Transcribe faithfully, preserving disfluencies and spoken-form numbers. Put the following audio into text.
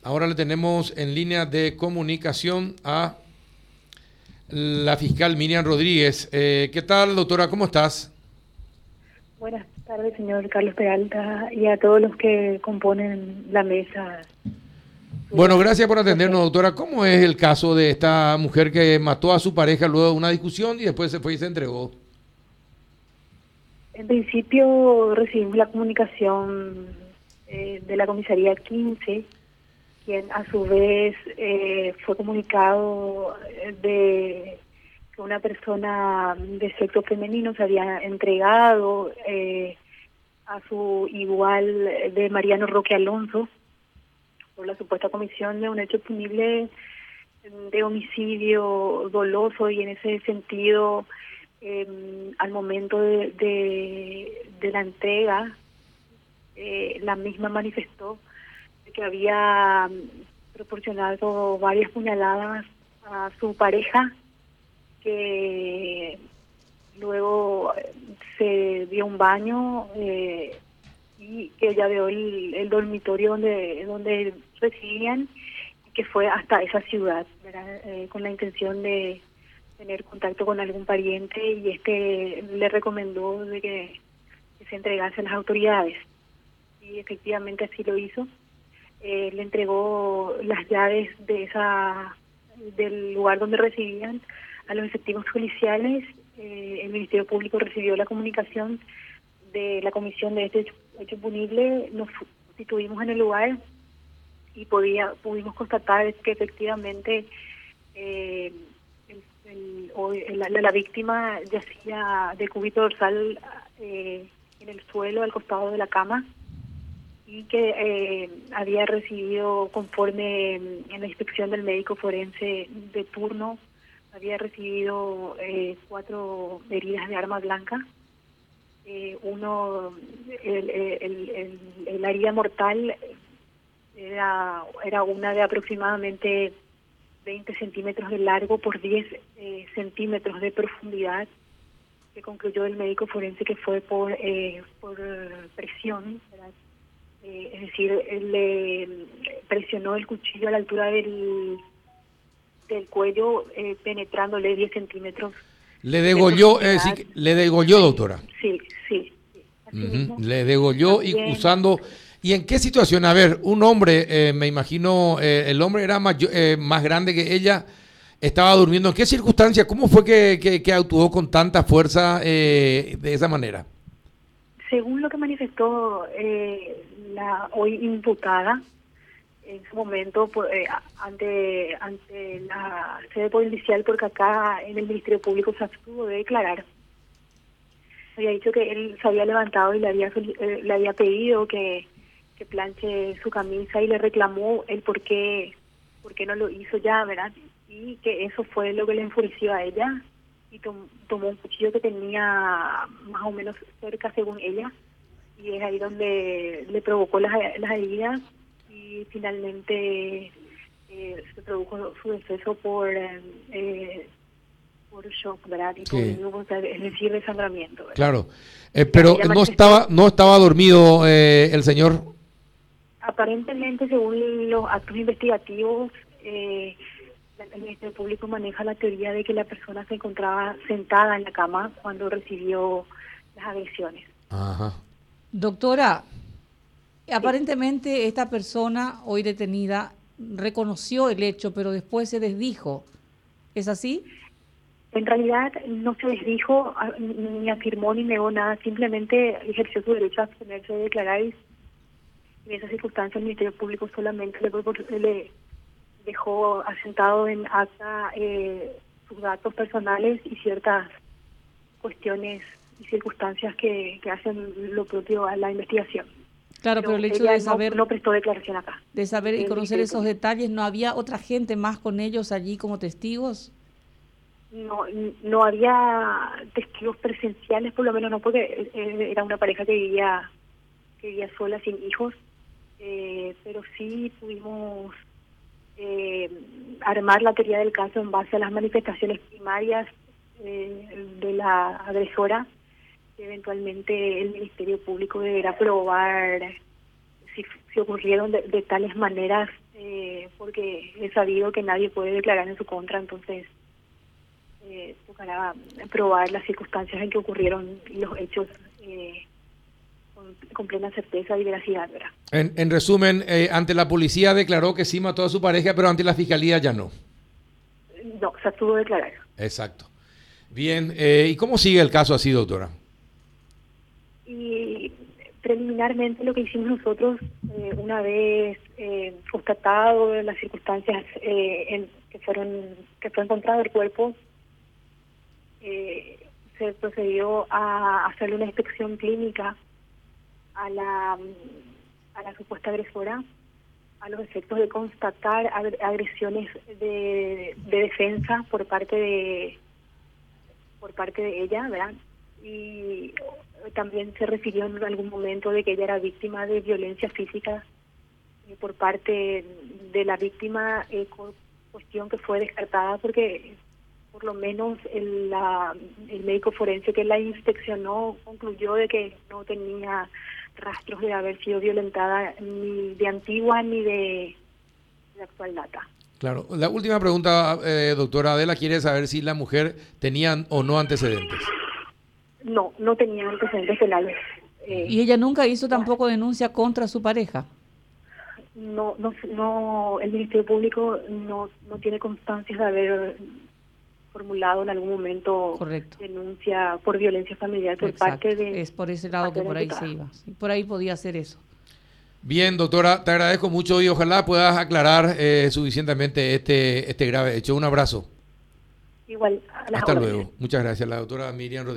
Ahora le tenemos en línea de comunicación a la fiscal Miriam Rodríguez. Eh, ¿Qué tal, doctora? ¿Cómo estás? Buenas tardes, señor Carlos Peralta, y a todos los que componen la mesa. Bueno, gracias por atendernos, doctora. ¿Cómo es el caso de esta mujer que mató a su pareja luego de una discusión y después se fue y se entregó? En principio recibimos la comunicación eh, de la comisaría quince, quien a su vez eh, fue comunicado de que una persona de sexo femenino se había entregado eh, a su igual de Mariano Roque Alonso por la supuesta comisión de un hecho punible de homicidio doloso, y en ese sentido eh, al momento de, de, de la entrega eh, la misma manifestó que había proporcionado varias puñaladas a su pareja, que luego se dio un baño eh, y que ella vio el, el dormitorio donde donde residían, y que fue hasta esa ciudad, eh, con la intención de tener contacto con algún pariente, y este le recomendó de que, que se entregase a las autoridades, y efectivamente así lo hizo. Eh, le entregó las llaves de esa del lugar donde residían a los efectivos policiales. Eh, el Ministerio Público recibió la comunicación de la comisión de este hecho, hecho punible, nos constituimos en el lugar y podía pudimos constatar que efectivamente eh, el, el, el, la, la víctima yacía de cúbito dorsal eh, en el suelo al costado de la cama, y que eh, había recibido, conforme en la inspección del médico forense de turno, había recibido eh, cuatro heridas de arma blanca. Eh, uno, el, el, el, el, la herida mortal era, era una de aproximadamente veinte centímetros de largo por diez eh, centímetros de profundidad, que concluyó el médico forense que fue por, eh, por presión, ¿verdad? Eh, es decir, él le presionó el cuchillo a la altura del, del cuello, eh, penetrándole diez centímetros. Le degolló, eh, sí, le degolló, doctora. Sí, sí. sí. Uh-huh. Le degolló y usando... ¿Y en qué situación? A ver, un hombre, eh, me imagino, eh, el hombre era mayor, eh, más grande que ella, estaba durmiendo. ¿En qué circunstancias? ¿Cómo fue que, que, que actuó con tanta fuerza eh, de esa manera? Según lo que manifestó eh, la hoy imputada, en su momento por, eh, ante ante la sede policial, porque acá en el Ministerio Público se abstuvo de declarar, había dicho que él se había levantado y le había eh, le había pedido que, que planche su camisa, y le reclamó el por qué, por qué no lo hizo ya, ¿verdad? Y que eso fue lo que le enfureció a ella, y tom, tomó un cuchillo que tenía más o menos cerca, según ella, y es ahí donde le provocó las, las heridas, y finalmente eh, se produjo su deceso por eh, por shock, ¿verdad? Y sí. por, es decir, desangramiento, ¿verdad? Claro, eh, pero no estaba no estaba dormido eh, el señor. Aparentemente, según los actos investigativos, eh, el Ministerio Público maneja la teoría de que la persona se encontraba sentada en la cama cuando recibió las agresiones. Ajá. Doctora, sí. Aparentemente esta persona hoy detenida reconoció el hecho, pero después se desdijo. ¿Es así? En realidad no se desdijo, ni afirmó ni negó nada, simplemente ejerció su derecho a abstenerse de declarar, y en esas circunstancias el Ministerio Público solamente le, le dejó asentado en acta eh, sus datos personales y ciertas cuestiones y circunstancias que, que hacen lo propio a la investigación. Claro, pero, pero el hecho de saber... No, no prestó declaración acá. De saber y conocer esos detalles, ¿no había otra gente más con ellos allí como testigos? No, no había testigos presenciales, por lo menos no, porque era una pareja que vivía, que vivía sola, sin hijos, eh, pero sí pudimos eh, armar la teoría del caso en base a las manifestaciones primarias eh, de la agresora. Eventualmente el Ministerio Público deberá probar si, si ocurrieron de, de tales maneras eh, eh, porque he sabido que nadie puede declarar en su contra, entonces eh, tocará probar las circunstancias en que ocurrieron los hechos eh, con, con plena certeza y veracidad, ¿verdad? En, en resumen, eh, ante la policía declaró que sí mató a su pareja, pero ante la fiscalía ya no. No, se abstuvo de declarar. Exacto. Bien, eh, ¿y cómo sigue el caso así, doctora? Y preliminarmente lo que hicimos nosotros, eh, una vez eh, constatado las circunstancias eh, en que fueron que fue encontrado el cuerpo, eh, se procedió a hacerle una inspección clínica a la a la supuesta agresora, a los efectos de constatar agresiones de, de defensa por parte de por parte de ella, ¿verdad? Y también se refirió en algún momento de que ella era víctima de violencia física eh, por parte de la víctima, eh, cuestión que fue descartada porque por lo menos el, la, el médico forense que la inspeccionó concluyó de que no tenía rastros de haber sido violentada ni de antigua ni de, de actual data. Claro. La última pregunta, eh, doctora Adela, quiere saber si la mujer tenía o no antecedentes. No, no tenía antecedentes penales. Eh, ¿Y ella nunca hizo tampoco denuncia contra su pareja? No, no, no, el Ministerio Público no, no tiene constancias de haber formulado en algún momento Correcto. denuncia por violencia familiar por Exacto. parte de... Es por ese lado que por ahí se iba. Sí, por ahí podía hacer eso. Bien, doctora, te agradezco mucho y ojalá puedas aclarar eh, suficientemente este, este grave hecho. Un abrazo. Igual, a las Hasta órdenes. luego. Muchas gracias, la doctora Miriam Rodríguez.